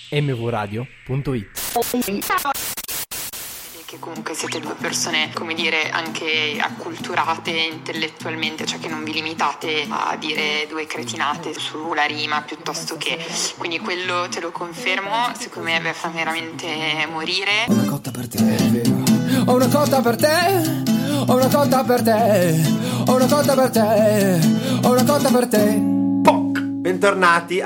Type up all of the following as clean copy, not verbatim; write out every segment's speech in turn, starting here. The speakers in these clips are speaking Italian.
mvradio.it. Che comunque siete due persone, come dire, anche acculturate intellettualmente, cioè che non vi limitate a dire due cretinate sulla rima piuttosto che, quindi quello te lo confermo, secondo me fa veramente morire. Ho una cotta per te, è vero. Ho una cotta per te, ho una cotta per te, ho una cotta per te, ho una cotta per te. Bentornate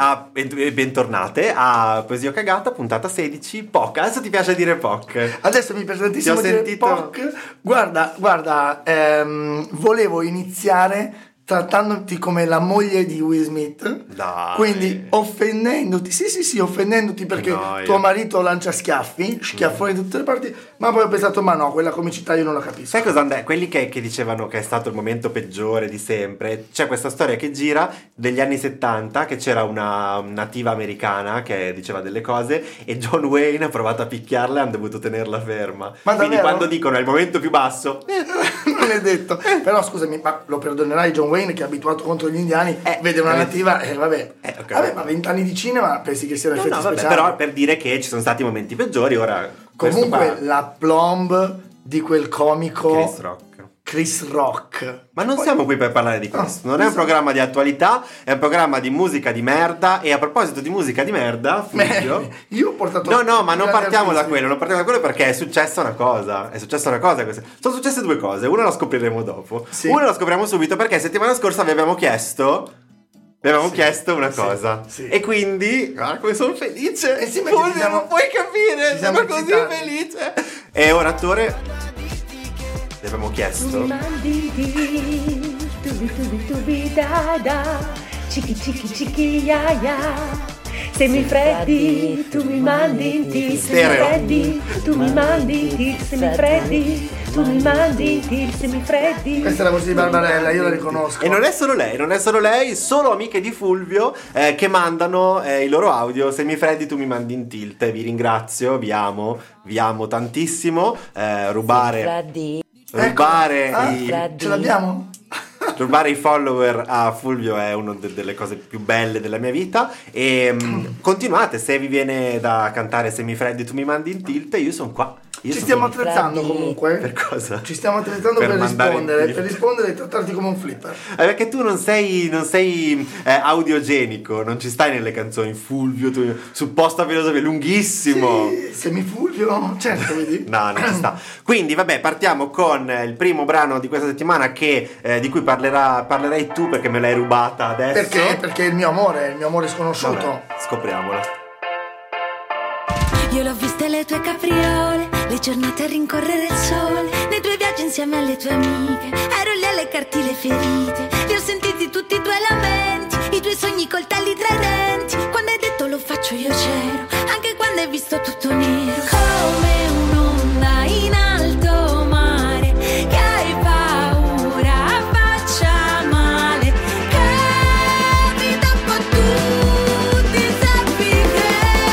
a Poesia Cagata, puntata 16, POC. Adesso ti piace dire POC? Adesso mi piace tantissimo dire POC. Guarda, volevo iniziare trattandoti come la moglie di Will Smith. Dai. Quindi offendendoti, sì, offendendoti perché tuo marito lancia schiaffoni da tutte le parti, ma poi ho pensato, ma no, quella comicità io non la capisco. Sai cosa andè? Quelli che dicevano che è stato il momento peggiore di sempre, c'è questa storia che gira degli anni 70, che c'era una nativa americana che diceva delle cose e John Wayne ha provato a picchiarla e hanno dovuto tenerla ferma. Ma quindi davvero? quando dicono è il momento più basso non è detto. Però scusami, ma lo perdonerai John Wayne che è abituato contro gli indiani, vede una nativa vabbè. Okay. Vabbè, ma 20 anni di cinema pensi che siano effetti speciali? Però per dire che ci sono stati momenti peggiori. Ora comunque la plomb di quel comico Chris Rock. Ma non Poi... siamo qui per parlare di questo. Non è un programma di attualità, è un programma di musica di merda. E a proposito di musica di merda, Fulvio, io ho portato. No, ma non partiamo da quello. Non partiamo da quello perché è successa una cosa. Sono successe due cose. Una la scopriremo dopo. Sì. Una la scopriamo subito perché settimana scorsa vi abbiamo chiesto una cosa. Sì. E quindi, guarda come sono felice. E sì, Fulvio, non puoi capire, sono così felice. E oratore, vi abbiamo chiesto. Tu mi mandi tubi da da, cicchi cicchi cicchi ya ya. Se mi freddi, tu mi mandi in tilt. Se mi freddi, tu mi mandi in tilt. Se mi freddi, tu mi mandi in tilt. Se mi freddi. Questa è la voce di Barbarella, io la riconosco. E non è solo lei, solo amiche di Fulvio che mandano i loro audio. Se mi freddi tu mi mandi in tilt. Vi ringrazio, vi amo tantissimo. Rubare ce l'abbiamo? Rubare i follower a Fulvio è una delle cose più belle della mia vita. E continuate, se vi viene da cantare Se mi freddi tu mi mandi in tilt, io sono qua. Ci stiamo attrezzando comunque. Per cosa? Ci stiamo attrezzando per rispondere e trattarti come un flipper. Perché tu non sei audiogenico, non ci stai nelle canzoni. Fulvio, tu supposta filosofia, lunghissimo. Sì, semifulvio, certo, vedi? No, non ci sta. Quindi vabbè, partiamo con il primo brano di questa settimana di cui parlerai tu perché me l'hai rubata adesso. Perché è il mio amore sconosciuto. Vabbè, scopriamolo. Io l'ho viste le tue capriole, le giornate a rincorrere il sole, nei tuoi viaggi insieme alle tue amiche, ero lì a leccarti le ferite, li ho sentiti tutti i tuoi lamenti, i tuoi sogni coltelli tra i denti, quando hai detto lo faccio io c'ero, anche quando hai visto tutto nero, come un'onda in alto mare, che hai paura faccia male, capita un po' tutti, sappi che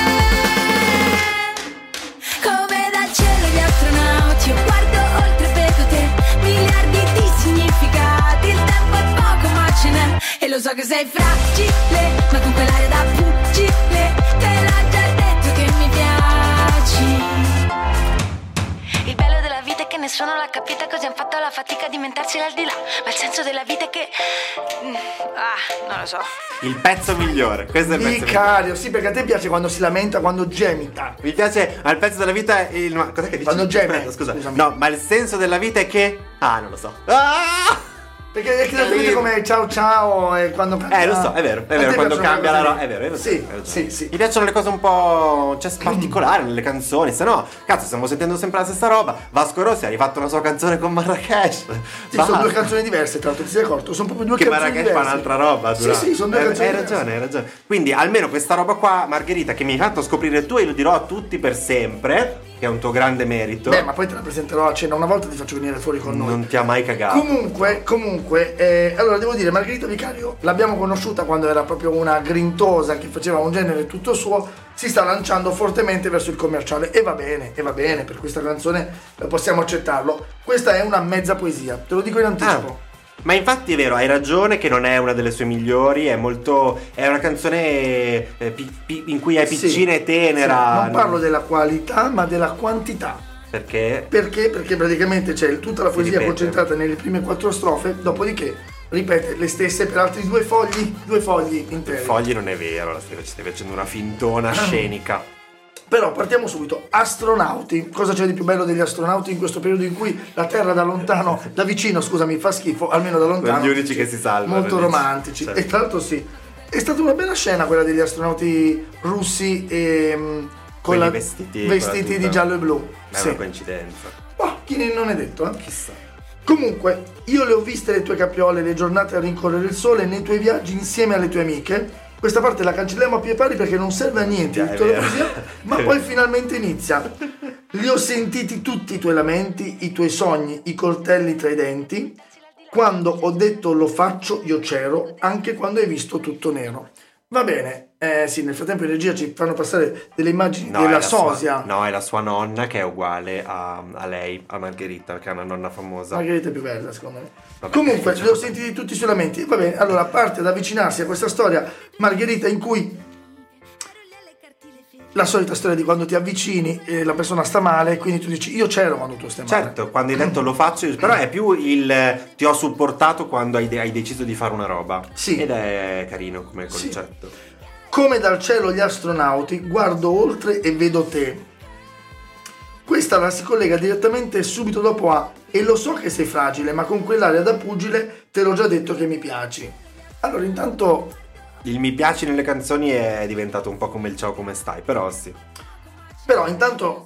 come dal cielo gli astronauti, io guardo oltre vedo te, miliardi di significati, il tempo è poco ma ce n'è, e lo so che sei fragile, ma con quell'aria da pugile, te l'ha già detto che mi piaci. Il bello della vita è che nessuno l'ha capita, così han fatto la fatica di inventarsi l'aldilà, ma il senso della vita è che non lo so. Il pezzo migliore, questo è il pezzo Vicario, sì, perché a te piace quando si lamenta, quando gemita. Mi piace, ma il pezzo della vita è il... Ma cos'è che dici? Quando geme. Aspetta, scusa. Scusami. No, ma il senso della vita è che... non lo so. Perché è che come ciao ciao e quando cambia. Lo so, è vero, quando cambia la roba, è vero, sì. Mi piacciono le cose un po' particolari nelle canzoni, se no, cazzo, stiamo sentendo sempre la stessa roba. Vasco Rossi ha rifatto una sua canzone con Marrakesh. Sì, sono due canzoni diverse, tra l'altro, ti sei accorto? Sono proprio due canzoni diverse. Che Marrakesh fa un'altra roba. Sì, sono due canzoni diverse. Hai ragione. Quindi, almeno questa roba qua, Margherita, che mi hai fatto scoprire tu e lo dirò a tutti per sempre, che è un tuo grande merito. Ma poi te la presenterò a cena una volta, ti faccio venire fuori con noi. Non ti ha mai cagato. Comunque, allora devo dire, Margherita Vicario l'abbiamo conosciuta quando era proprio una grintosa che faceva un genere tutto suo, si sta lanciando fortemente verso il commerciale e va bene, per questa canzone possiamo accettarlo. Questa è una mezza poesia, te lo dico in anticipo. Ma infatti è vero, hai ragione che non è una delle sue migliori, è una canzone in cui è piccina e tenera. Sì, non parlo della qualità, ma della quantità. Perché? Perché praticamente c'è tutta la poesia ripete. concentrata nelle prime 4 strofe, dopodiché ripete le stesse per altri 2 fogli interi. Fogli non è vero, stai facendo una fintona scenica. Però partiamo subito. Astronauti. Cosa c'è di più bello degli astronauti in questo periodo in cui la Terra da lontano, da vicino, scusami, fa schifo, almeno da lontano. Gli unici che si salvano. Molto romantici. Certo. E tra l'altro sì, è stata una bella scena quella degli astronauti russi e con Quelli la vestiti di giallo e blu. È Sì. una coincidenza. Chi non è detto, eh? Chissà. Comunque, io le ho viste le tue capriole, le giornate a rincorrere il sole, nei tuoi viaggi insieme alle tue amiche. Questa parte la cancelliamo a piedi pari perché non serve a niente, È tutta la vero. poesia, ma poi finalmente inizia. Li ho sentiti tutti i tuoi lamenti, i tuoi sogni, i coltelli tra i denti. Quando ho detto lo faccio, io c'ero, anche quando hai visto tutto nero. Va bene, sì, nel frattempo in regia ci fanno passare delle immagini No, è della la sua- sosia. no, è la sua nonna che è uguale a lei, a Margherita, che è una nonna famosa. Margherita è più bella, secondo me. Vabbè, Comunque, diciamo li ho sentiti tutti sui lamenti. Va bene, allora parte ad avvicinarsi a questa storia, Margherita, in cui la solita storia di quando ti avvicini e la persona sta male, quindi tu dici io c'ero quando tu stai male. Certo, quando hai detto lo faccio, però è più il ti ho supportato quando hai deciso di fare una roba. Sì. Ed è carino come Sì. concetto. Come dal cielo gli astronauti, guardo oltre e vedo te. Questa la si collega direttamente subito dopo a e lo so che sei fragile, ma con quell'aria da pugile te l'ho già detto che mi piaci. Allora intanto Il mi piaci nelle canzoni è diventato un po' come il ciao come stai, però sì. Però intanto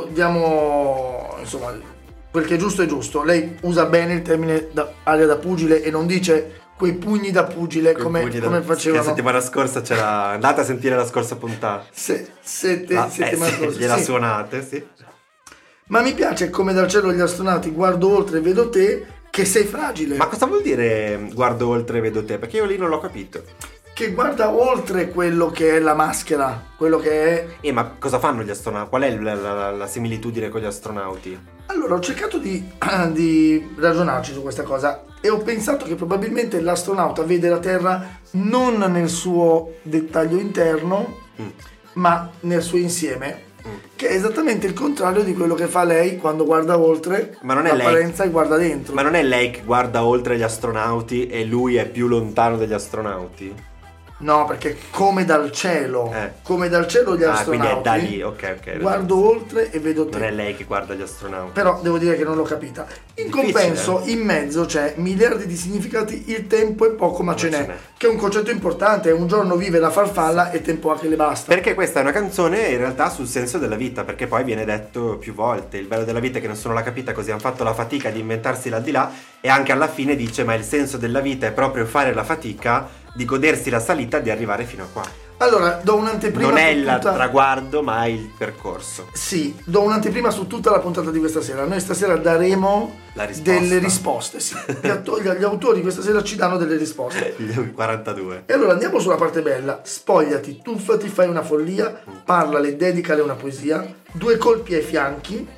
diamo insomma quel che è giusto. Lei usa bene il termine aria da pugile e non dice quei pugni da pugile come Che la facevano settimana scorsa c'era. Andate a sentire la scorsa puntata. settimana scorsa. Gliela Sì. suonate, sì. Ma mi piace come dal cielo gli astronauti, guardo oltre e vedo te che sei fragile. Ma cosa vuol dire guardo oltre e vedo te? Perché io lì non l'ho capito. Che guarda oltre quello che è la maschera, quello che è. Ma cosa fanno gli astronauti? Qual è la similitudine con gli astronauti? Allora ho cercato di ragionarci su questa cosa e ho pensato che probabilmente l'astronauta vede la Terra non nel suo dettaglio interno, ma nel suo insieme, che è esattamente il contrario di quello che fa lei quando guarda oltre Ma non è lei. l'apparenza e guarda dentro. Ma non è lei che guarda oltre gli astronauti e lui è più lontano degli astronauti? No, perché come dal cielo, come dal cielo gli Ah, quindi astronauti. è da lì, ok. Guardo oltre e vedo te. Non è lei che guarda gli astronauti. Però devo dire che non l'ho capita. In Difficile, compenso, in mezzo c'è miliardi di significati, il tempo è poco ma ce n'è. Che è un concetto importante, un giorno vive la farfalla e tempo ha che le basta. Perché questa è una canzone in realtà sul senso della vita, perché poi viene detto più volte, il bello della vita è che nessuno l'ha capita, così hanno fatto la fatica di inventarsi l'aldilà, e anche alla fine dice ma il senso della vita è proprio fare la fatica di godersi la salita, di arrivare fino a qua. Allora, do un'anteprima Non è su il tutta... traguardo, ma è il percorso. Sì, do un'anteprima su tutta la puntata di questa sera. Noi stasera daremo La risposta. delle risposte, sì. Gli autori questa sera ci danno delle risposte. Il 42. E allora andiamo sulla parte bella. Spogliati, tuffati, fai una follia, parlale, dedicale una poesia, 2 colpi ai fianchi.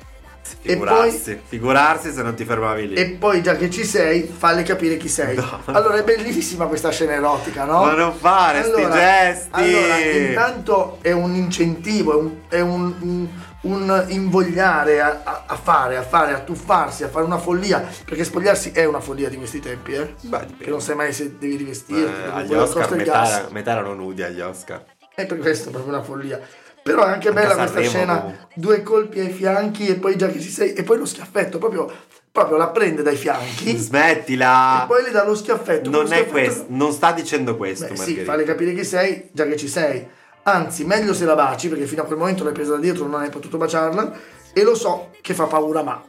Figurarsi se non ti fermavi lì. E poi già che ci sei, falle capire chi sei. No. Allora è bellissima questa scena erotica, no? Ma non fare sti gesti. Allora, intanto è un incentivo, è un invogliare a fare, a tuffarsi, a fare una follia. Perché spogliarsi è una follia di questi tempi, Beh, dipende. che non sai mai se devi rivestirti. Agli Oscar metà erano nudi agli Oscar. E per questo è proprio una follia. Però è anche bella questa Sanremo, scena, comunque. 2 colpi ai fianchi e poi già che ci sei, e poi lo schiaffetto, proprio la prende dai fianchi Smettila. e poi le dà lo schiaffetto. Non Lo è schiaffetto- questo, non sta dicendo questo, Beh, sì, Margherita. falle capire chi sei, già che ci sei. Anzi, meglio se la baci, perché fino a quel momento l'hai presa da dietro, non hai potuto baciarla, e lo so che fa paura, ma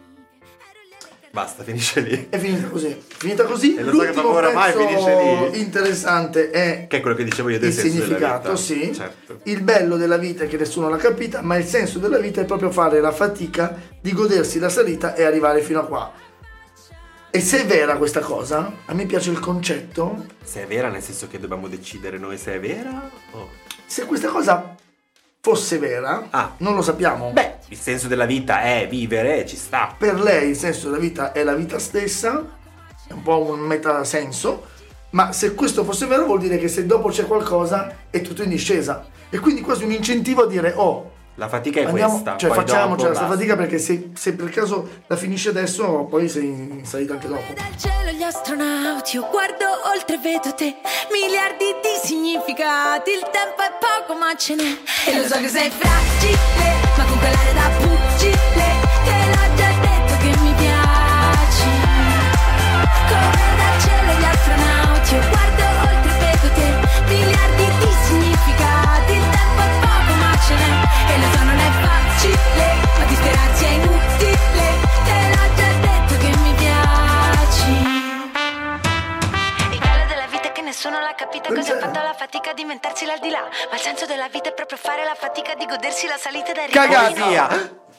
Basta, finisce lì. è finita così. Finita così. E lo so che fa L'ultimo paura, ma pezzo finisce lì. interessante è Che è quello che dicevo io del il senso della significato, vita. sì. Certo. Il bello della vita è che nessuno l'ha capita, ma il senso della vita è proprio fare la fatica di godersi la salita e arrivare fino a qua. E se è vera questa cosa, a me piace il concetto, Se è vera, nel senso che dobbiamo decidere noi se è vera o... se questa cosa fosse vera, non lo sappiamo. Beh, il senso della vita è vivere e ci sta. Per lei il senso della vita è la vita stessa, è un po' un metasenso, ma se questo fosse vero vuol dire che se dopo c'è qualcosa è tutto in discesa, e quindi quasi un incentivo a dire la fatica è andiamo, questa, cioè poi facciamocela dopo sta basta. fatica, perché se per caso la finisce adesso poi sei in salita anche dopo. Dal cielo gli astronauti, io guardo oltre e vedo te, miliardi di significati, il tempo è poco ma ce n'è, e lo so che sei fragile, ma con quell'aria da pugile, te l'ho già detto che mi piaci, come dal cielo gli astronauti, io guardo oltre e vedo te, miliardi di significati, il tempo è poco ma ce n'è, e lo so non è facile, ma disperarsi è inutile, te l'ho già detto che mi piaci. Il bello della vita è che nessuno l'ha capita, cosa ha fatto la fatica di inventarsi l'aldilà, ma il senso della vita è proprio fare la fatica di godersi la salita da Cagati!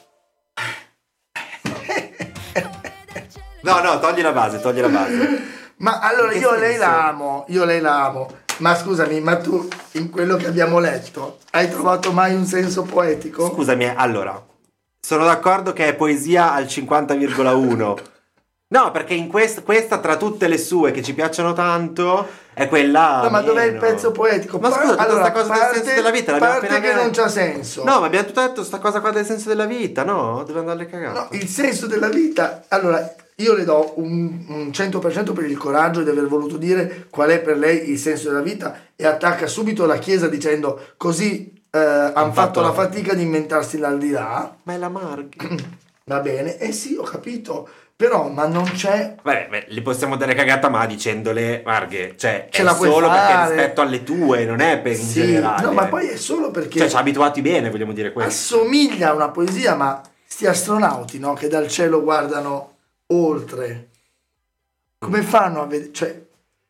No, togli la base. Ma allora In che io lei senso? la amo, ma scusami, ma tu in quello che abbiamo letto hai trovato mai un senso poetico? Scusami, allora, sono d'accordo che è poesia al 50,1. No, perché in questa tra tutte le sue che ci piacciono tanto è quella. No, ma dov'è il meno. pezzo poetico? Ma scusa, tutta allora, sta cosa del senso della vita l'abbiamo parte appena che non detto. c'ha senso. No, ma abbiamo tutto detto sta cosa qua del senso della vita, no? Dove andare alle cagate? No, il senso della vita, allora io le do un 100% per il coraggio di aver voluto dire qual è per lei il senso della vita, e attacca subito la Chiesa dicendo così hanno fatto la fatica di inventarsi l'aldilà. Ma è la Marghi. Va bene, sì, ho capito, però ma non c'è. Beh, li possiamo dare cagata, ma dicendole, Marghe, cioè Ce è la puoi solo perché fare. rispetto alle tue, non è per in Sì, generale. no, ma poi è solo perché Cioè, ci ha abituati bene, vogliamo dire questo. assomiglia a una poesia, ma sti astronauti, no, che dal cielo guardano oltre, come fanno a vedere, cioè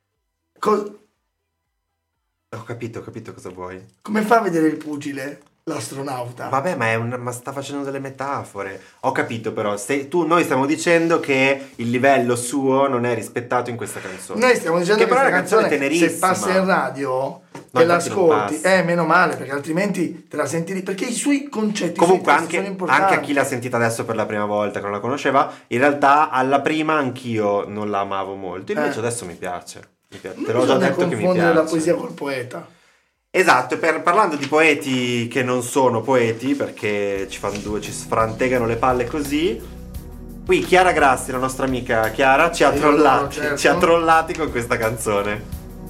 Ho capito cosa vuoi. come fa a vedere il pugile l'astronauta? Vabbè, ma sta facendo delle metafore. Ho capito, però, noi stiamo dicendo che il livello suo non è rispettato in questa canzone. Noi stiamo dicendo che però questa è una canzone canzone, se tenerissima. passa in radio No, e infatti l'ascolti, non passa. meno male, perché altrimenti te la senti lì, perché i suoi concetti, Comunque i suoi testi sono importanti. anche a chi l'ha sentita adesso per la prima volta, che non la conosceva, in realtà alla prima anch'io non la amavo molto, invece adesso mi piace. Non Te l'ho già bisogna detto che mi confondere piace. la poesia col poeta. Esatto, parlando di poeti che non sono poeti, perché ci sfrantegano le palle così, qui Chiara Grassi, la nostra amica Chiara, ci ha Io trollati, adoro, certo. ci ha trollati con questa canzone.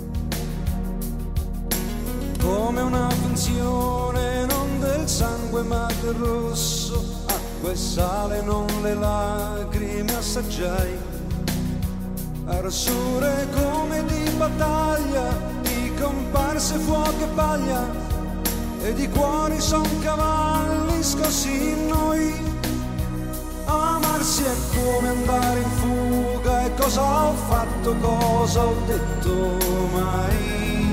Come una finzione non del sangue ma del rosso, acqua e sale non le lacrime assaggiai, arsure come di battaglia, di comparse fuoco e paglia, e di cuori son cavalli scossi in noi. Amarsi è come andare in fuga, e cosa ho fatto, cosa ho detto mai.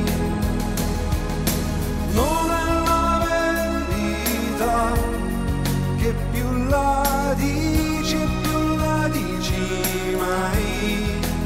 Non è la verità, che più la dici e più la dici mai.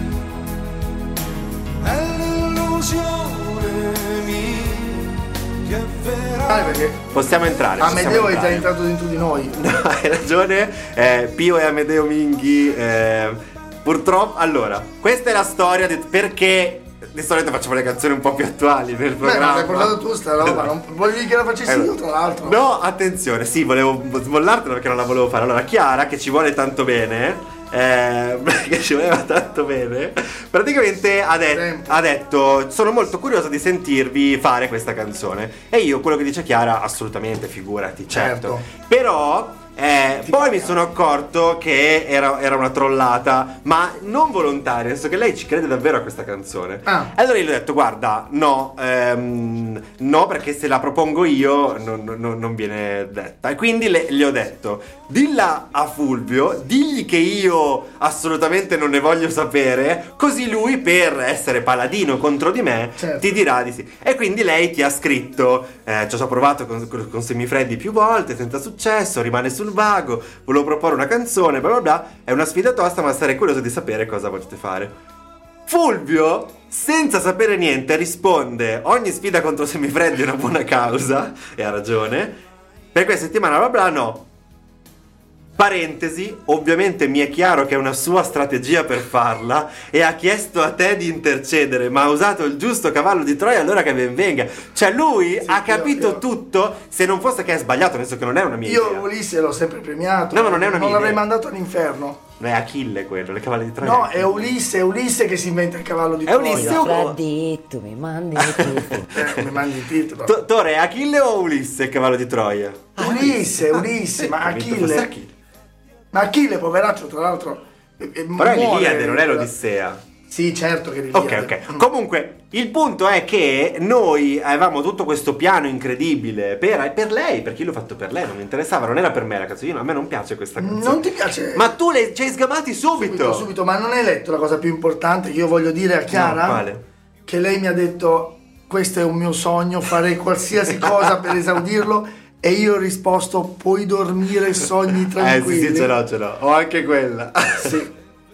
È l'illusione mia che è vera. Perché Possiamo entrare. Amedeo è già entrare. entrato dentro di noi. No, hai ragione, Pio e Amedeo Minghi, purtroppo. Allora, questa è la storia di perché di solito facciamo le canzoni un po' più attuali nel Beh, programma. ma l'hai portato tu sta roba, non volevi che la facessi io tra l'altro. No, attenzione, sì, volevo smollartela perché non la volevo fare. Allora, Chiara, che ci vuole tanto bene, che ci voleva tanto bene, praticamente ha detto: sono molto curiosa di sentirvi fare questa canzone. E io, quello che dice Chiara, assolutamente, figurati, certo. Però poi mi sono accorto che era una trollata, ma non volontaria, nel senso che lei ci crede davvero a questa canzone. Allora io le ho detto: guarda, no, perché se la propongo io non viene detta. E quindi le ho detto: dilla a Fulvio, digli che io assolutamente non ne voglio sapere, così lui, per essere paladino contro di me, ti dirà di sì. E quindi lei ti ha scritto: ci ho provato con Semifreddi più volte senza successo, rimane sul vago, volevo proporre una canzone, bla bla bla, è una sfida tosta, ma sarei curioso di sapere cosa volete fare. Fulvio, senza sapere niente, risponde: ogni sfida contro Semifreddi è una buona causa, e ha ragione, per questa settimana bla bla, no. Parentesi, ovviamente mi è chiaro che è una sua strategia per farla e ha chiesto a te di intercedere, ma ha usato il giusto cavallo di Troia, allora che ben venga. Cioè lui ha capito tutto, se non fosse che è sbagliato, nel senso che non è una mia idea. Io Ulisse l'ho sempre premiato. No, ma non è una mia Non l'avrei idea. mandato all'inferno. Non è Achille quello, le cavalli di Troia. No, è Ulisse che si inventa il cavallo di È Troia. Ulisse Freddy, tu mi mandi tutto. Mi mandi il titolo. Tore, è Achille o Ulisse il cavallo di Troia? Ulisse, ma Convinto fosse Achille. Ma Achille, poveraccio, tra l'altro. Però è l'Iliade, non è l'Odissea. Sì, certo che l'Iliade. Ok. Comunque, il punto è che noi avevamo tutto questo piano incredibile per lei, perché io l'ho fatto per lei, non mi interessava, non era per me la canzone, a me non piace questa canzone. Non ti piace? Ma tu ci hai sgamati subito. Subito, ma non hai letto la cosa più importante che io voglio dire a Chiara? No, quale? Che lei mi ha detto, questo è un mio sogno, farei qualsiasi cosa per esaudirlo. E io ho risposto, puoi dormire sogni tranquilli. Sì, ce l'ho. Ho anche quella. Sì.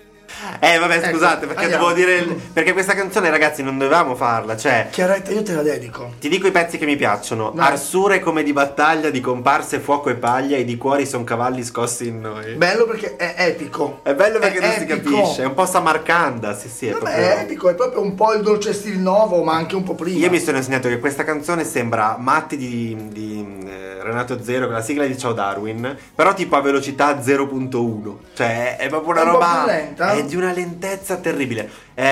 Vabbè, scusate, perché andiamo. devo dire perché questa canzone, ragazzi, non dovevamo farla, cioè Chiaretta, io te la dedico. ti dico i pezzi che mi piacciono. Vai. Arsure come di battaglia, di comparse, fuoco e paglia, e di cuori son cavalli scossi in noi. Bello perché è epico. È bello perché non si epico. capisce, è un po' Samarcanda, sì, è Vabbè, proprio... è epico, è proprio un po' il dolce stil nuovo, ma anche un po' prima. Io mi sono insegnato che questa canzone sembra Matti di Renato Zero, con la sigla di Ciao Darwin, però tipo a velocità 0.1, cioè è proprio una È un roba, po' più lenta. è di una lentezza terribile.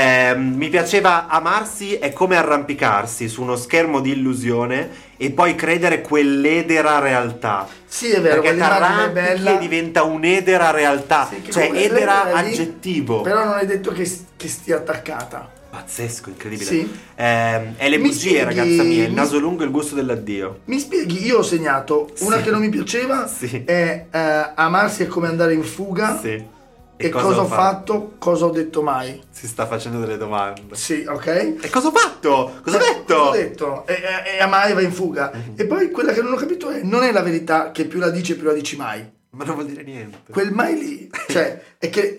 Mi piaceva amarsi è come arrampicarsi su uno schermo di illusione e poi credere quell'edera realtà. Sì, è vero, perché quell'immagine è t'arrampichi bella. e diventa un'edera realtà, Sì, che cioè comunque edera l'edera lì, aggettivo. Però non è detto che stia attaccata. Pazzesco, incredibile. Sì. È le Mi bugie, spieghi- ragazza mia, il naso lungo e il gusto dell'addio. Mi spieghi, io ho segnato una Sì. che non mi piaceva, Sì. è amarsi è come andare in fuga. Sì. E cosa ho fatto, cosa ho detto mai. Si sta facendo delle domande. Sì, ok? E cosa ho fatto? Cosa ho detto? Cosa ho detto? E amai va in fuga. E poi quella che non ho capito è, non è la verità che più la dici mai. Ma non vuol dire niente. Quel mai lì, cioè, è che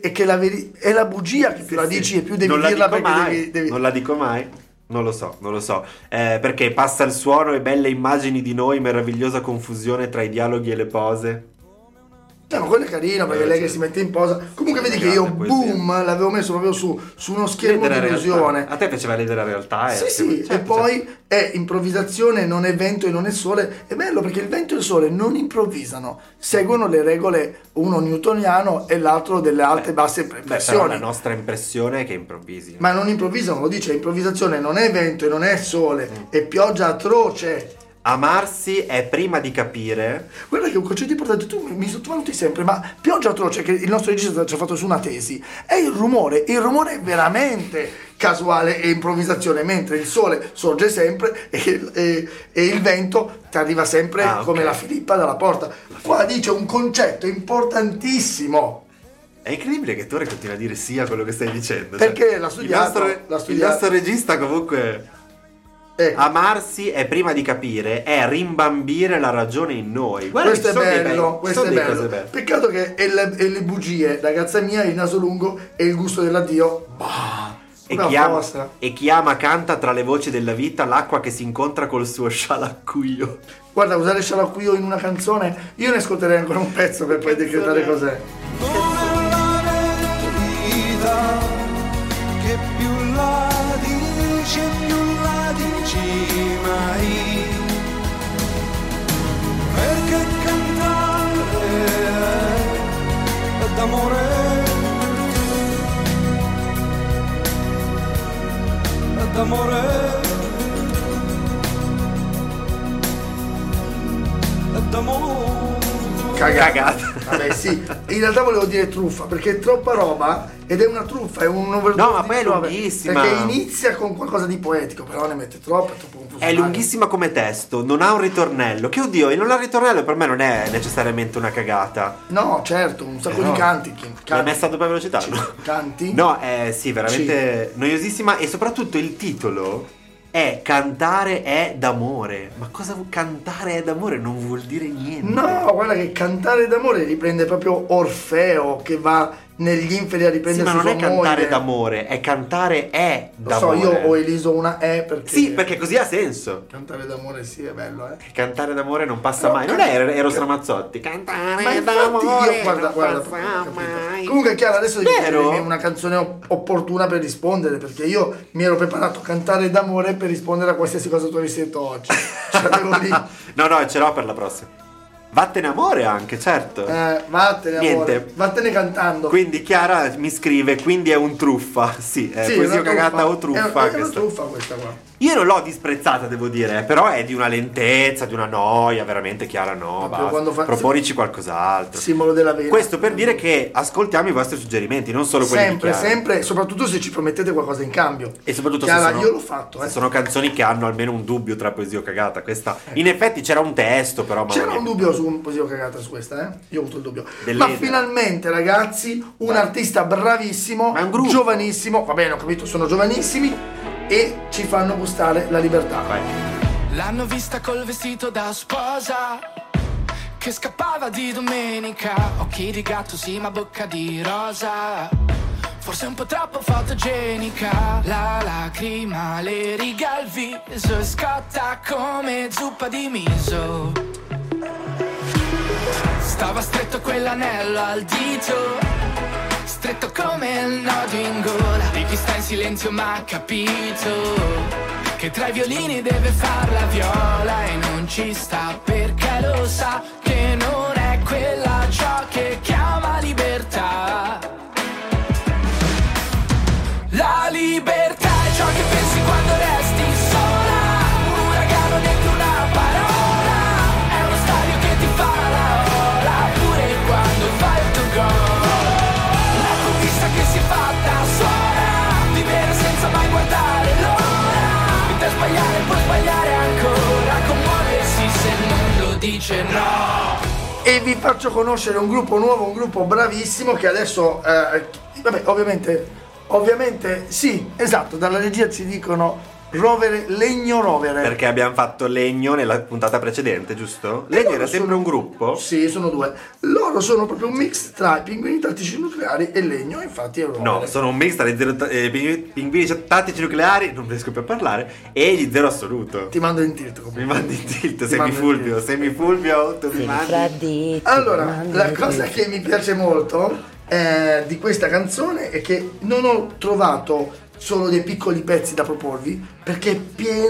è la bugia che più la dici e più devi non la dirla dico perché mai. devi... Non la dico mai. Non lo so. Perché passa il suono e belle immagini di noi, meravigliosa confusione tra i dialoghi e le pose. No, ma quello è carino perché lei che si mette in posa. Comunque vedi che io, Grande poesia. boom, l'avevo messo proprio su uno schermo di illusione. A te piaceva l'idea della realtà? Sì, certo, e poi è improvvisazione, non è vento e non è sole. È bello perché il vento e il sole non improvvisano, seguono le regole, uno newtoniano e l'altro delle alte e basse Però pressioni. la nostra impressione è che improvvisi. Ma non improvvisano, lo dice, improvvisazione non è vento e non è sole, è pioggia atroce. Amarsi è prima di capire. Guarda che è un concetto importante, tu mi sottovaluti sempre, ma pioggia atroce, che il nostro regista ci ha fatto su una tesi, è il rumore è veramente casuale e improvvisazione, mentre il sole sorge sempre e il vento ti arriva sempre come la Filippa dalla porta. Qua dice un concetto importantissimo. È incredibile che Tore continua a dire sì a quello che stai dicendo. Perché cioè, l'ha studiato, il nostro regista comunque... Ecco. Amarsi è prima di capire, è rimbambire la ragione in noi. Guarda, Questo è sono dei bello, bei- questo è sono delle bello. cose belle. Peccato che è le bugie, ragazza mia, il naso lungo e il gusto dell'addio. E chi ama canta tra le voci della vita l'acqua che si incontra col suo scialacquio. Guarda, usare scialacquio in una canzone, io ne ascolterei ancora un pezzo per poi decretare cos'è. Non è la verità che più la dici più la dici mai, perché cantare è d'amore, è d'amore, è d'amore. Cagata. Vabbè sì, in realtà volevo dire truffa, perché è troppa roba ed è una truffa, è un overdose. No, ma di poi è robe, lunghissima. Perché inizia con qualcosa di poetico, però ne mette troppo, è troppo confuso. È lunghissima come testo, non ha un ritornello. Che oddio, e non ha ritornello per me non è necessariamente una cagata. No, certo, un sacco No. di canti. L'hai messa a doppia velocità? No? Canti? No, sì, veramente noiosissima. E soprattutto il titolo è Cantare è d'amore. Ma cosa cantare è d'amore? Non vuol dire niente. No, guarda che cantare d'amore riprende proprio Orfeo che va negli inferi a riprendersi Sì, ma non è sua cantare moglie. d'amore, è cantare Lo so, d'amore. io ho eliso una perché... Sì, perché così ha senso. Cantare d'amore sì, è bello, Cantare d'amore non passa No, mai. Non è Eros Ramazzotti. Ma Cantare infatti d'amore io, guarda, non capito. passa mai. Comunque Chiara, adesso devi Vero? chiedermi una canzone opportuna per rispondere, perché io mi ero preparato a cantare d'amore per rispondere a qualsiasi cosa tu avessi detto oggi. Cioè, avevo lì. No, ce l'ho per la prossima. Vattene amore anche, certo. Vattene Niente. amore, vattene cantando. Quindi Chiara mi scrive, quindi è un truffa. Sì, è Sì, poesia una cagata o truffa. È una questa. truffa questa qua. Io non l'ho disprezzata, devo dire, però è di una lentezza, di una noia, veramente Chiara, no, Proprio basta. quando fa- Proponici qualcos'altro. Simbolo della vena. Questo per dire che ascoltiamo i vostri suggerimenti, non solo quelli di Chiara. Sempre, soprattutto se ci promettete qualcosa in cambio. E soprattutto Chiara, se sono, io l'ho fatto, se sono canzoni che hanno almeno un dubbio tra poesia o cagata. Questa, in effetti c'era un testo, però. C'era mamma un mia. dubbio su un poesia cagata su questa, Io ho avuto il dubbio. Dell'Eder. Ma finalmente, ragazzi, un Vai. artista bravissimo, Ma è un gruppo. giovanissimo, va bene, ho capito, sono giovanissimi e ci fanno gustare la libertà. Vai. L'hanno vista col vestito da sposa che scappava di domenica. Occhi di gatto sì, ma bocca di rosa. Forse un po' troppo fotogenica. La lacrima le riga al viso e scotta come zuppa di miso. Stava stretto quell'anello al dito, stretto come il nodo in gola di chi sta in silenzio ma ha capito che tra i violini deve far la viola e non ci sta perché lo sa che non è quella ciò che chiama libertà. La libertà è ciò che pensi quando resti sola, un uragano dentro una parola, è uno stadio che ti fa la ola pure quando fai il tuo gol. La conquista che si fa da sola, vivere senza mai guardare l'ora, mentre sbagliare puoi sbagliare ancora, commuoversi se il mondo dice no. E vi faccio conoscere un gruppo nuovo, un gruppo bravissimo che adesso, vabbè, ovviamente, sì, esatto, dalla regia ci dicono Legno Rovere. Perché abbiamo fatto Legno nella puntata precedente, giusto? Legno era sempre un gruppo? Sì, sono due. Loro sono proprio un mix tra i pinguini tattici nucleari e Legno, infatti è Rovere. No, sono un mix tra i pinguini tattici nucleari, non riesco più a parlare, e gli zero assoluto. Ti mando in tilt comunque. Mi mandi in tilt, Ti mando in semifulvio, tu mi mandi. Allora, la cosa che mi piace molto di questa canzone è che non ho trovato solo dei piccoli pezzi da proporvi, perché è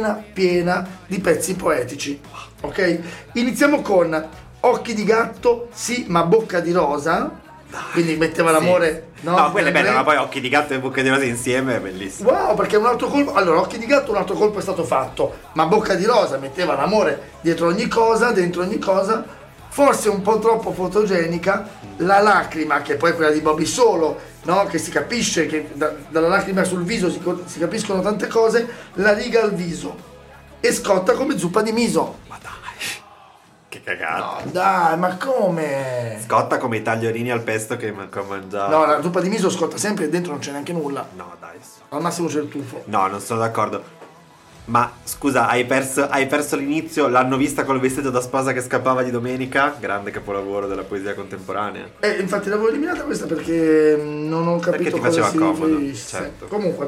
piena di pezzi poetici, ok? Iniziamo con Occhi di gatto, sì, ma bocca di rosa, quindi metteva l'amore, No, quella è bella, ma poi Occhi di gatto e bocca di rosa insieme è bellissimo. Wow, perché un altro colpo. Allora, Occhi di gatto, un altro colpo è stato fatto, ma bocca di rosa metteva l'amore dietro ogni cosa, dentro ogni cosa. Forse un po' troppo fotogenica. La lacrima, che poi è quella di Bobby Solo, no? Che si capisce che dalla lacrima sul viso si capiscono tante cose. La riga al viso e scotta come zuppa di miso. Ma dai, che cagata. No, dai, ma come? Scotta come i tagliorini al pesto che mangiavo. No, la zuppa di miso scotta sempre e dentro non c'è neanche nulla. No, dai. Al massimo c'è il tuffo. No, non sono d'accordo. Ma scusa, hai perso l'inizio? L'hanno vista col vestito da sposa che scappava di domenica? Grande capolavoro della poesia contemporanea. Infatti l'avevo eliminata questa perché non ho capito Perché ti cosa faceva si comodo, riferisse. certo. Comunque,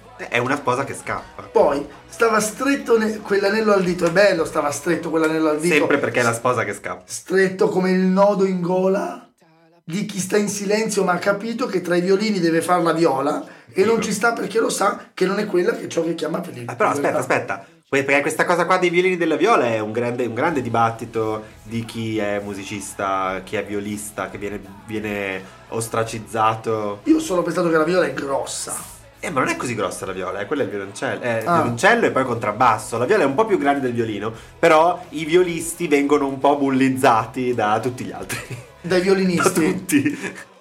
È una sposa che scappa. poi stava stretto quell'anello al dito. È bello, stava stretto quell'anello al dito. Sempre perché è la sposa che scappa. Stretto come il nodo in gola di chi sta in silenzio ma ha capito che tra i violini deve far la viola e non ci sta perché lo sa che non è quella che ciò che chiama per il Però aspetta. Perché questa cosa qua dei violini della viola è un grande dibattito di chi è musicista, chi è violista, che viene ostracizzato. Io ho solo pensato che la viola è grossa. Ma non è così grossa la viola, quella è il violoncello. È il violoncello e poi contrabbasso. La viola è un po' più grande del violino, però i violisti vengono un po' bullizzati da tutti gli altri. Dai violinisti. Da tutti.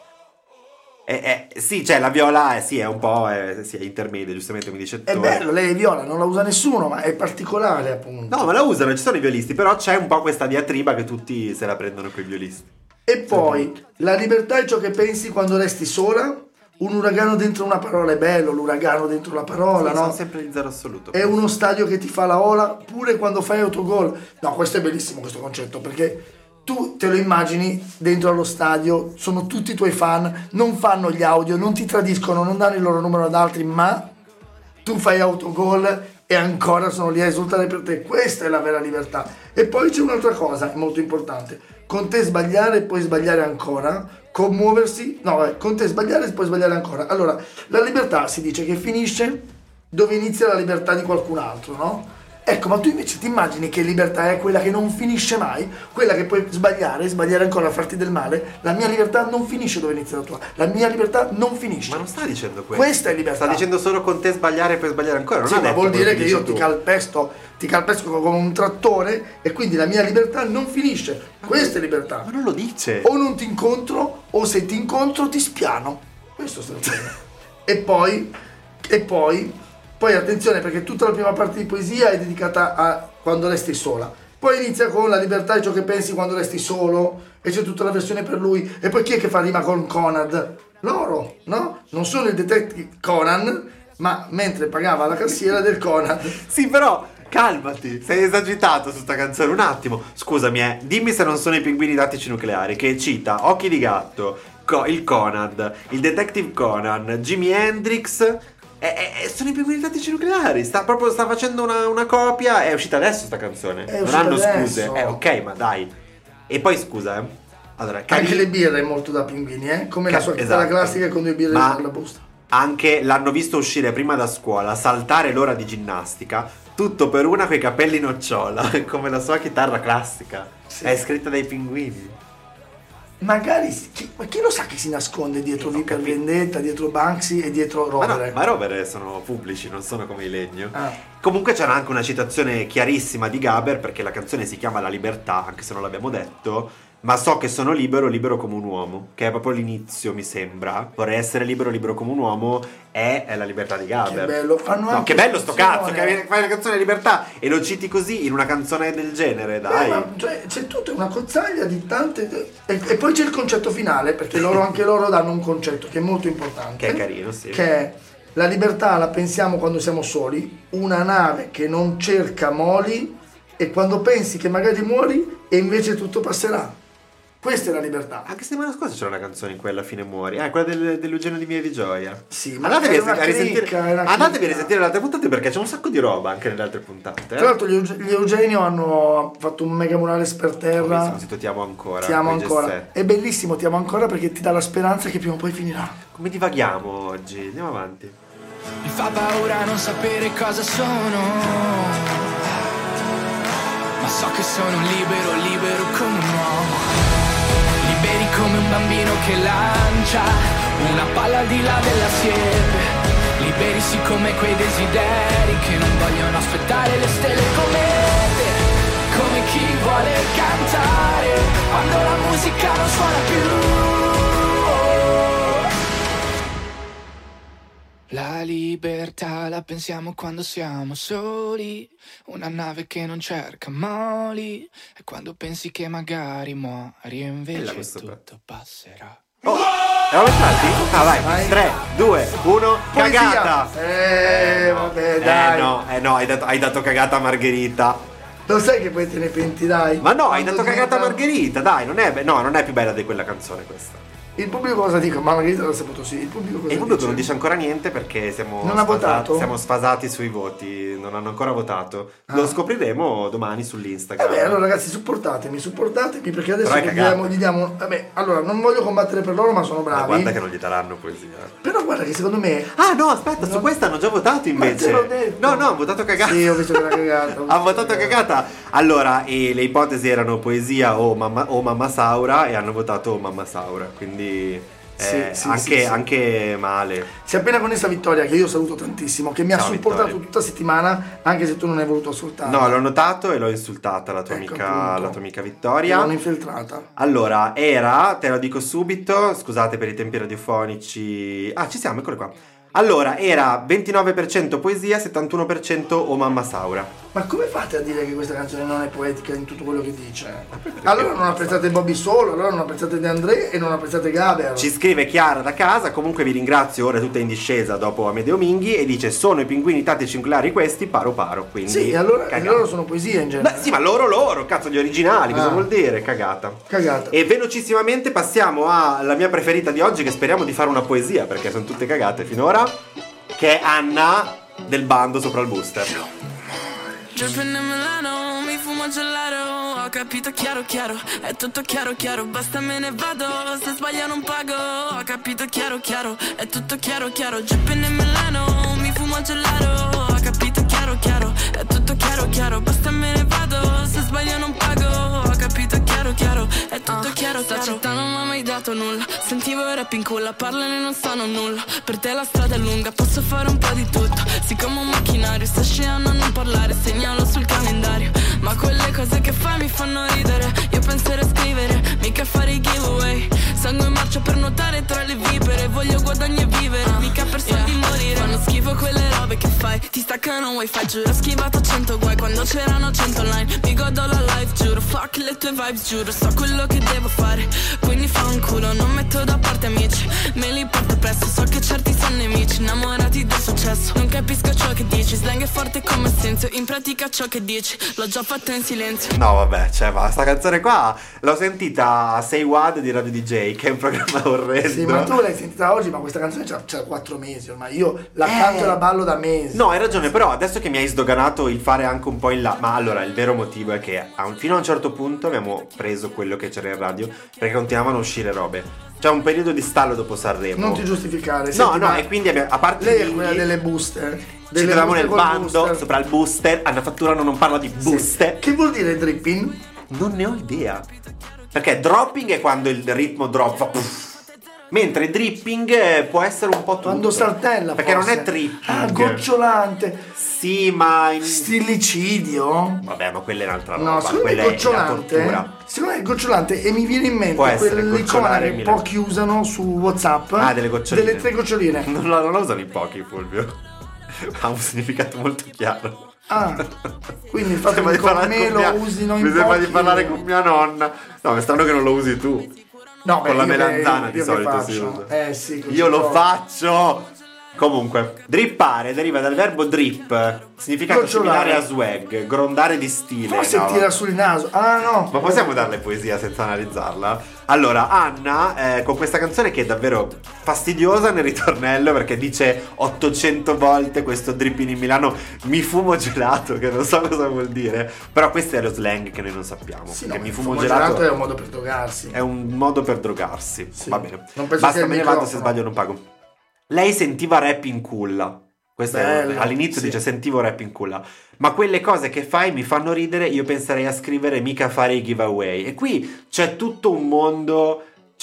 Sì, cioè la viola è un po' è intermedia, giustamente mi dice. È bello, lei è viola, non la usa nessuno, ma è particolare appunto. No, ma la usano, ci sono i violisti, però c'è un po' questa diatriba che tutti se la prendono coi violisti. E poi, la libertà è ciò che pensi quando resti sola. Un uragano dentro una parola, è bello l'uragano dentro la parola, Sì, no? sono sempre di zero assoluto. È uno stadio che ti fa la ola pure quando fai autogol. No, questo è bellissimo questo concetto, perché tu te lo immagini dentro allo stadio, sono tutti i tuoi fan, non fanno gli audio, non ti tradiscono, non danno il loro numero ad altri, ma tu fai autogol e ancora sono lì a esultare per te. Questa è la vera libertà. E poi c'è un'altra cosa molto importante: con te sbagliare e poi sbagliare ancora, commuoversi, con te sbagliare e poi sbagliare ancora. Allora, la libertà si dice che finisce dove inizia la libertà di qualcun altro, no? Ecco, ma tu invece ti immagini che libertà è quella che non finisce mai? Quella che puoi sbagliare ancora, farti del male? La mia libertà non finisce dove inizia la tua. La mia libertà non finisce. Ma non sta dicendo questo. Questa è libertà. Sta dicendo solo con te sbagliare e poi sbagliare ancora. Non sì, ha ma detto vuol dire che io tu. ti calpesto come un trattore e quindi la mia libertà non finisce. Questa è libertà. Ma non lo dice. O non ti incontro, o se ti incontro ti spiano. Questo sta dicendo. E poi attenzione, perché tutta la prima parte di poesia è dedicata a quando resti sola. Poi inizia con la libertà è ciò che pensi quando resti solo, e c'è tutta la versione per lui. E poi chi è che fa rima con Conad? Loro, no? Non sono il detective Conan, ma mentre pagava la cassiera del Conad. Sì, però calmati, sei esagitato su sta canzone. Un attimo, scusami, dimmi se non sono i pinguini tattici nucleari, che cita Occhi di gatto, il Conad, il detective Conan, Jimi Hendrix. Sono i pinguini tattici nucleari. Sta facendo una copia. È uscita adesso sta canzone. Non hanno scuse. Ok, ma dai. E poi scusa, allora, anche le birre è molto da pinguini, come la sua chitarra esatto. classica con 2 birre nella busta. Anche l'hanno visto uscire prima da scuola, saltare l'ora di ginnastica, tutto per una coi capelli nocciola, come la sua chitarra classica. Sì. È scritta dai pinguini. Magari ma chi lo sa che si nasconde dietro V per Vendetta, dietro Banksy e dietro Rovere? Ma Rovere sono pubblici, non sono come i Legno. Comunque c'era anche una citazione chiarissima di Gaber, perché la canzone si chiama La libertà, anche se non l'abbiamo detto. Ma so che sono libero come un uomo, che è proprio l'inizio, mi sembra. Vorrei essere libero come un uomo, è la libertà di Gaber. Che bello, che bello sto cazzo, che fai la canzone libertà e lo citi così in una canzone del genere, dai. Ma c'è tutta una cozzaglia di tante. E poi c'è il concetto finale, perché anche loro danno un concetto che è molto importante. Che è carino, sì. Che è: la libertà la pensiamo quando siamo soli, una nave che non cerca moli, e quando pensi che magari muori e invece tutto passerà. Questa è la libertà. Anche settimana scorsa c'era una canzone in cui alla fine muori. Quella dell'Eugenio di Mia di Gioia. Sì, ma andatevi a risentire le altre puntate, perché c'è un sacco di roba anche nelle altre puntate. Tra l'altro gli Eugenio hanno fatto un mega murales per terra. Ti amo ancora. Ti amo ancora. È bellissimo, ti amo ancora, perché ti dà la speranza che prima o poi finirà. Come divaghiamo oggi? Andiamo avanti. Mi fa paura non sapere cosa sono, ma so che sono libero come un uomo. Liberi come un bambino che lancia una palla al di là della siepe. Liberi sì come quei desideri che non vogliono aspettare le stelle come te. Come chi vuole cantare quando la musica non suona più. La libertà la pensiamo quando siamo soli, una nave che non cerca moli, e quando pensi che magari muori e invece tutto passerà. Oh, eravamo stati? Vai. 3, 2, 1, cagata! Vabbè, dai. No, hai dato cagata a Margherita. Lo sai che poi te ne penti, dai. Ma no, hai dato cagata a Margherita, dai, non è più bella di quella canzone questa. Il pubblico cosa dice? Ma Margherita l'ha saputo, sì. Il pubblico non dice ancora niente, perché non ha votato? Siamo sfasati sui voti, non hanno ancora votato. Lo scopriremo domani sull'Instagram. Allora ragazzi, supportatemi, perché adesso gli diamo. Allora, non voglio combattere per loro, ma sono bravi. Ma guarda che non gli daranno poesia. Però guarda che secondo me. No, aspetta, su questa hanno già votato invece. Ma te l'ho detto. No, hanno votato cagata. Sì, ho visto che era cagata. Ha votato cagata. Allora, le ipotesi erano poesia o mamma Saura, e hanno votato o mamma Saura, quindi anche male. Si è appena connessa Vittoria, che io saluto tantissimo, che mi ha supportato tutta settimana, anche se tu non hai voluto ascoltarla. No, l'ho notato e l'ho insultata, la tua amica Vittoria. L'ho infiltrata. Allora, te lo dico subito, scusate per i tempi radiofonici. Ci siamo, eccole qua. Allora, era 29% poesia, 71% o mamma Saura. Ma come fate a dire che questa canzone non è poetica in tutto quello che dice? Allora non apprezzate Bobby Solo, allora non apprezzate De André e non apprezzate Gaber. Ci scrive Chiara da casa, comunque vi ringrazio, ora è tutta in discesa dopo Amedeo Minghi, e dice: sono i pinguini tattici singolari questi, paro paro. Quindi Sì, allora loro sono poesie in genere. Beh, sì, ma loro, cazzo, gli originali, cosa vuol dire? Cagata. E velocissimamente passiamo alla mia preferita di oggi, che speriamo di fare una poesia, perché sono tutte cagate finora, che è Anna del bando sopra il booster. Dripping in Milano, mi fumo gelato. Ho capito chiaro, è tutto chiaro, basta me ne vado, se sbaglio non pago. Ho capito chiaro, è tutto chiaro. Dripping in Milano, mi fumo gelato. Ho capito chiaro, è tutto chiaro, basta me ne vado, se sbaglio non pago. Ho capito chiaro, è tutto chiaro. Sta città non mi ha mai dato nulla, sentivo il rap in culla, parlano e non sanno nulla. Per te la strada è lunga, posso fare un po' di tutto. Siccome un macchinario, sta scegliendo a non parlare, segnalo sul calendario. Ma quelle cose che fai mi fanno ridere, io penserei a scrivere, mica fare i giveaway. Sangue in marcia per nuotare tra le vipere, voglio guadagni e vivere, mica per soldi morire. Fanno schifo quelle robe che fai, ti staccano wifi, giuro. Ho schivato 100 guai quando c'erano 100 online. Mi godo la life, giuro, fuck le tue vibes, giuro. So quello che devo fare, quindi fa un culo, non metto da parte amici, me li porto presto. So che certi sono nemici, innamorati del successo. Non capisco ciò che dici, slang è forte come senso, in pratica ciò che dici l'ho già fatto in silenzio. No vabbè, cioè ma sta canzone qua l'ho sentita a Say What di Radio DJ, che è un programma orrendo. Sì, ma tu l'hai sentita oggi, ma questa canzone c'ha 4 mesi ormai, io la canto e la ballo da mesi. No, hai ragione, però adesso che mi hai sdoganato il fare anche un po' in là. Ma allora, il vero motivo è che fino a un certo punto abbiamo preso quello che c'era in radio, perché continuavano a uscire robe. C'è un periodo di stallo dopo Sanremo. Non ti giustificare. No, e quindi a parte lei è quella delle booster. Ci trovavamo nel bando, sopra il booster. Anna Fatturano non parla di booster. Sì. Che vuol dire dripping? Non ne ho idea. Perché dropping è quando il ritmo drop fa puff. Mentre dripping può essere un po' tutto. Quando saltella, perché forse. non è dripping. Ah, gocciolante. Sì, ma stillicidio. Vabbè, ma quella è un'altra roba. No, secondo me è gocciolante. Secondo me è gocciolante e mi viene in mente quell'icona che pochi usano su WhatsApp. Ah, delle goccioline. Delle 3 goccioline. Non la usano in pochi, Fulvio. Ha un significato molto chiaro. Ah, quindi il fatto che con me lo usino in pochi. Mi sembra di parlare con mia nonna. No, è strano che non lo usi tu. No, con la melanzana di solito si usa. Sì, io lo faccio. Comunque, drippare deriva dal verbo drip, significato similare a swag, grondare di stile. Forse tira sul naso. Ah no. Ma possiamo darle poesia senza analizzarla? Allora, Anna, con questa canzone che è davvero fastidiosa nel ritornello, perché dice 800 volte questo dripping in Milano, mi fumo gelato, che non so cosa vuol dire. Però questo è lo slang che noi non sappiamo. Sì, che no, mi fumo gelato è un modo per drogarsi. È un modo per drogarsi. Sì. Va bene. Basta, me ne vado, se sbaglio non pago. Lei sentiva rap in culla. Questo all'inizio dice sentivo rap in culla. Ma quelle cose che fai mi fanno ridere, io penserei a scrivere mica fare i giveaway. E qui c'è tutto un mondo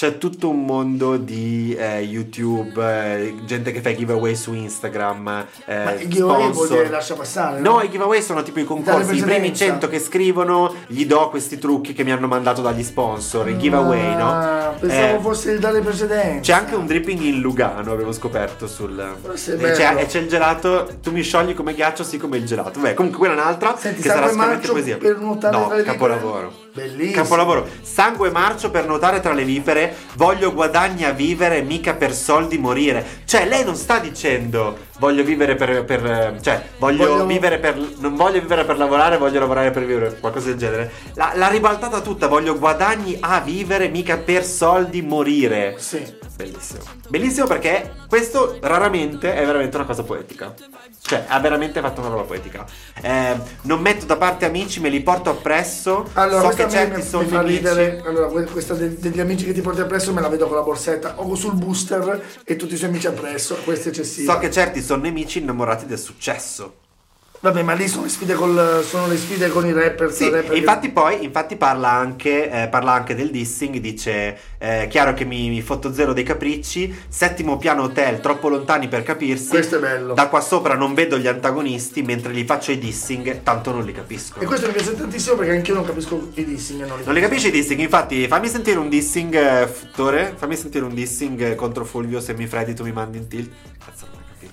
di YouTube, gente che fa i giveaway su Instagram. Ma i giveaway vuol dire lascia passare? No, i giveaway sono tipo i concorsi. I primi 100 che scrivono gli do questi trucchi che mi hanno mandato dagli sponsor. I giveaway, no? Pensavo fosse il dare precedenza. C'è anche un dripping in Lugano, avevo scoperto sul. E c'è il gelato. Tu mi sciogli come ghiaccio, sì come il gelato. Beh, comunque quella è un'altra. Senti, che sarà sicuramente poesia. Per nuotare tra le vipere. Capolavoro. Bellissimo. Capolavoro. Sangue marcio per nuotare tra le vipere. Voglio guadagni a vivere, mica per soldi morire. Cioè, lei non sta dicendo voglio vivere voglio vivere per. Non voglio vivere per lavorare, voglio lavorare per vivere. Qualcosa del genere. L'ha ribaltata tutta. Voglio guadagni a vivere, mica per soldi morire. Sì. Bellissimo. Bellissimo, perché questo raramente è veramente una cosa poetica. Cioè, ha veramente fatto una roba poetica. Non metto da parte amici, me li porto appresso. Allora, so che certi sono nemici. Allora, questa degli amici che ti porti appresso me la vedo con la borsetta o sul booster e tutti i suoi amici appresso. Questo è eccessivo. So che certi sono nemici innamorati del successo. Vabbè, ma lì sono le sfide con i rapper. Sì, infatti parla anche del dissing. Dice chiaro che mi fotto zero dei capricci. Settimo piano hotel, troppo lontani per capirsi. Questo è bello. Da qua sopra non vedo gli antagonisti, mentre gli faccio i dissing, tanto non li capisco. E questo mi piace tantissimo, perché anch'io non capisco i dissing. Non li capisci i dissing? Infatti fammi sentire un dissing, Tore. Fammi sentire un dissing contro Fulvio. Se mi freddi tu mi mandi in tilt. Cazzo, non ho capito.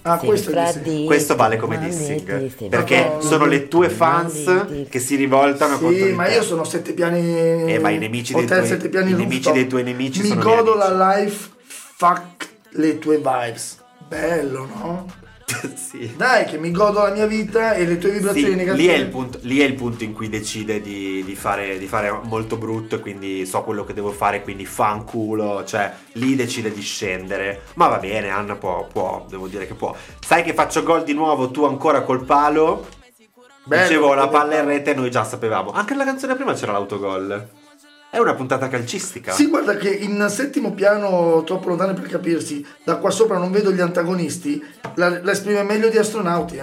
Questo vale come dissing, perché sono le tue fans che si rivoltano contro di te. Ma io sono 7 piani. Ma i nemici dei tuoi nemici mi sono godo la life, fuck le tue vibes. Bello, no? Sì. Dai, che mi godo la mia vita e le tue vibrazioni negative. Lì è il punto in cui decide di fare molto brutto, e quindi so quello che devo fare, quindi fanculo, cioè lì decide di scendere. Ma va bene, Anna può, devo dire che può. Sai che faccio gol di nuovo, tu ancora col palo. Bello, dicevo la palla in rete, noi già sapevamo. Anche nella canzone prima c'era l'autogol. È una puntata calcistica. Sì, guarda che in settimo piano, troppo lontano per capirsi, da qua sopra non vedo gli antagonisti, la esprime meglio di Astronauti,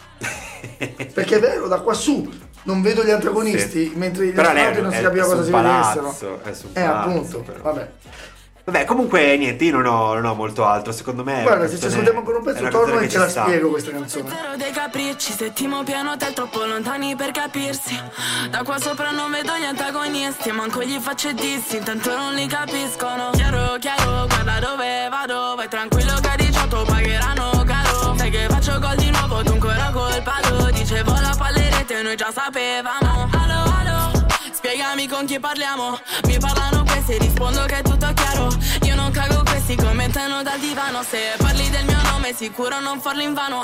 Perché è vero, da qua su non vedo gli antagonisti, mentre gli astronauti non si capiva cosa si vedessero. È su palazzo, appunto, però. Vabbè, comunque niente, io non ho molto altro, secondo me. Guarda, se ci ascoltiamo ancora un pezzo torno e te la spiego questa canzone. Dei capricci, settimo piano hotel troppo lontani per capirsi. Da qua sopra non vedo gli antagonisti, manco gli faccio dissi, intanto non li capiscono. Chiaro, guarda dove vado, vai tranquillo che a 18 pagheranno caro. Sai che faccio gol di nuovo, tu ancora col palo. Dicevo la palla in rete, noi già sapevamo. Allo, spiegami con chi parliamo. Mi parlano questi, rispondo che è tutto chiaro. Io non cago, questi commentano dal divano. Se parli del mio nome sicuro non farlo in vano.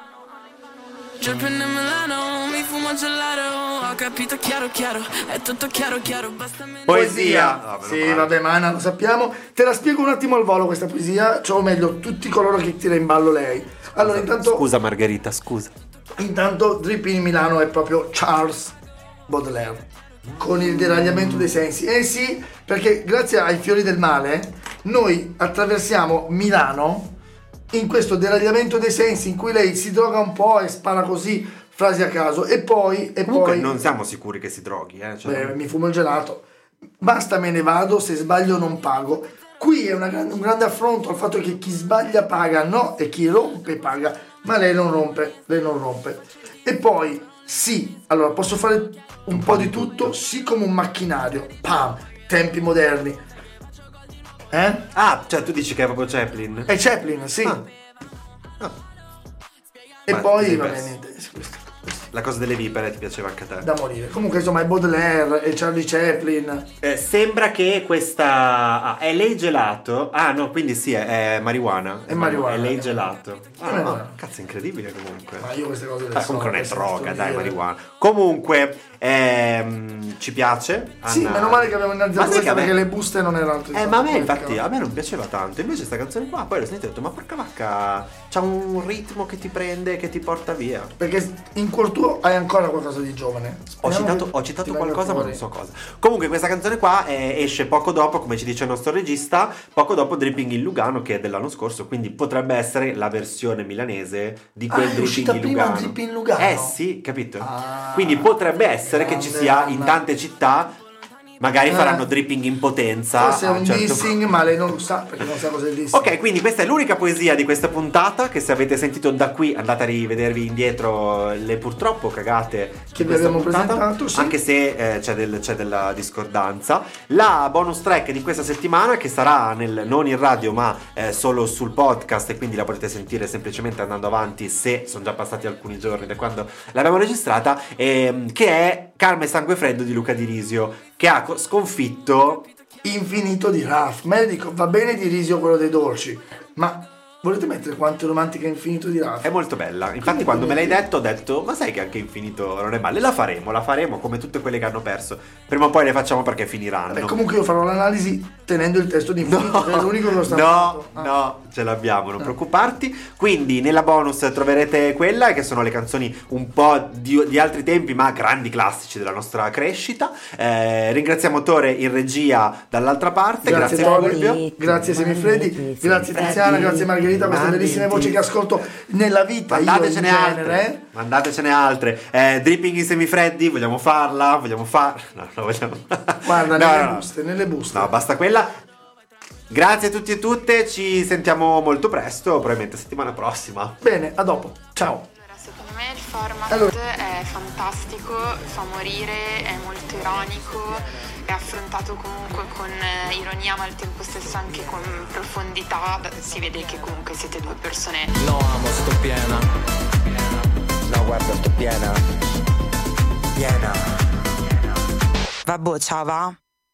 Dripping in Milano, mi fumo gelato. Ho capito chiaro, è tutto chiaro, basta me. Poesia. Sì, vabbè, ma Anna, lo sappiamo. Te la spiego un attimo al volo questa poesia, cioè, o meglio, tutti coloro che tira in ballo lei. Allora, intanto. Scusa Margherita, scusa. Intanto Dripping in Milano è proprio Charles Baudelaire, con il deragliamento dei sensi. Sì, perché grazie ai fiori del male noi attraversiamo Milano in questo deragliamento dei sensi in cui lei si droga un po' e spara così frasi a caso e poi non siamo sicuri che si droghi, cioè... mi fumo il gelato, basta, me ne vado, se sbaglio non pago. Qui è un grande affronto al fatto che chi sbaglia paga, no, e chi rompe paga, ma lei non rompe. E poi sì, allora posso fare un po' di tutto, sì, come un macchinario, pam, tempi moderni. Cioè tu dici che è proprio Chaplin? È Chaplin, sì. E ma poi va bene. La cosa delle vipere ti piaceva anche a te? Da morire. Comunque insomma è Baudelaire, è Charlie Chaplin. Sembra che questa... è lei gelato? No, quindi sì, è marijuana. È marijuana. È lei gelato. Cazzo, è incredibile comunque. Ma io queste cose le so. Comunque non è droga, dai, marijuana. Comunque, ci piace. Anna... Sì, meno male che abbiamo analizzato questa perché le buste non erano altre. Ma a me infatti, a me non piaceva tanto. Invece sta canzone qua, poi l'ho sentita e ho detto, ma porca vacca, c'ha un ritmo che ti prende, che ti porta via. Perché in cuor tuo hai ancora qualcosa di giovane. Ho citato qualcosa ma non so cosa. Comunque questa canzone qua esce poco dopo, come ci dice il nostro regista, poco dopo Dripping in Lugano, che è dell'anno scorso, quindi potrebbe essere la versione milanese di quel Dripping in Lugano. Dripping in Lugano. Sì, capito? Quindi potrebbe essere che ci sia in tante città. Magari faranno dripping in potenza. Forse è un dissing, ma lei non lo sa perché non sa cosa è il dissing. Ok, quindi questa è l'unica poesia di questa puntata. Che se avete sentito da qui andate a rivedervi indietro le purtroppo cagate che vi abbiamo presentato, sì. Anche se c'è della discordanza. La bonus track di questa settimana, che sarà non in radio ma solo sul podcast, e quindi la potete sentire semplicemente andando avanti, se sono già passati alcuni giorni da quando l'abbiamo registrata, che è Calma e sangue freddo di Luca Di Risio, che ha sconfitto Infinito di Raf. Ma io dico, va bene Di Risio quello dei dolci, ma volete mettere Quanto è romantica Infinito di Raf? È molto bella. Infatti quando me l'hai detto ho detto, ma sai che anche Infinito non è male. La faremo come tutte quelle che hanno perso. Prima o poi le facciamo perché finiranno. Beh, comunque io farò l'analisi tenendo il testo di Infinito, è l'unico che lo sta facendo. No, ce l'abbiamo, non preoccuparti. Quindi nella bonus troverete quella, che sono le canzoni un po' di altri tempi, ma grandi classici della nostra crescita. Ringraziamo Tore in regia dall'altra parte. Grazie Fulvio. Grazie Semifreddi. Grazie Tiziana, grazie Margherita. Queste bellissime voci che ascolto nella vita. Mandatecene altre. Dripping in Semifreddi, vogliamo farla? No, vogliamo. Guarda, nelle buste. No, basta quella. Grazie a tutti e tutte, ci sentiamo molto presto, probabilmente settimana prossima. Bene, a dopo. Ciao. me il format è fantastico, fa morire, è molto ironico, è affrontato comunque con ironia ma al tempo stesso anche con profondità. Si vede che comunque siete due persone. No amo, sto piena. No guarda, sto piena. Piena. Vabbè, ciao va.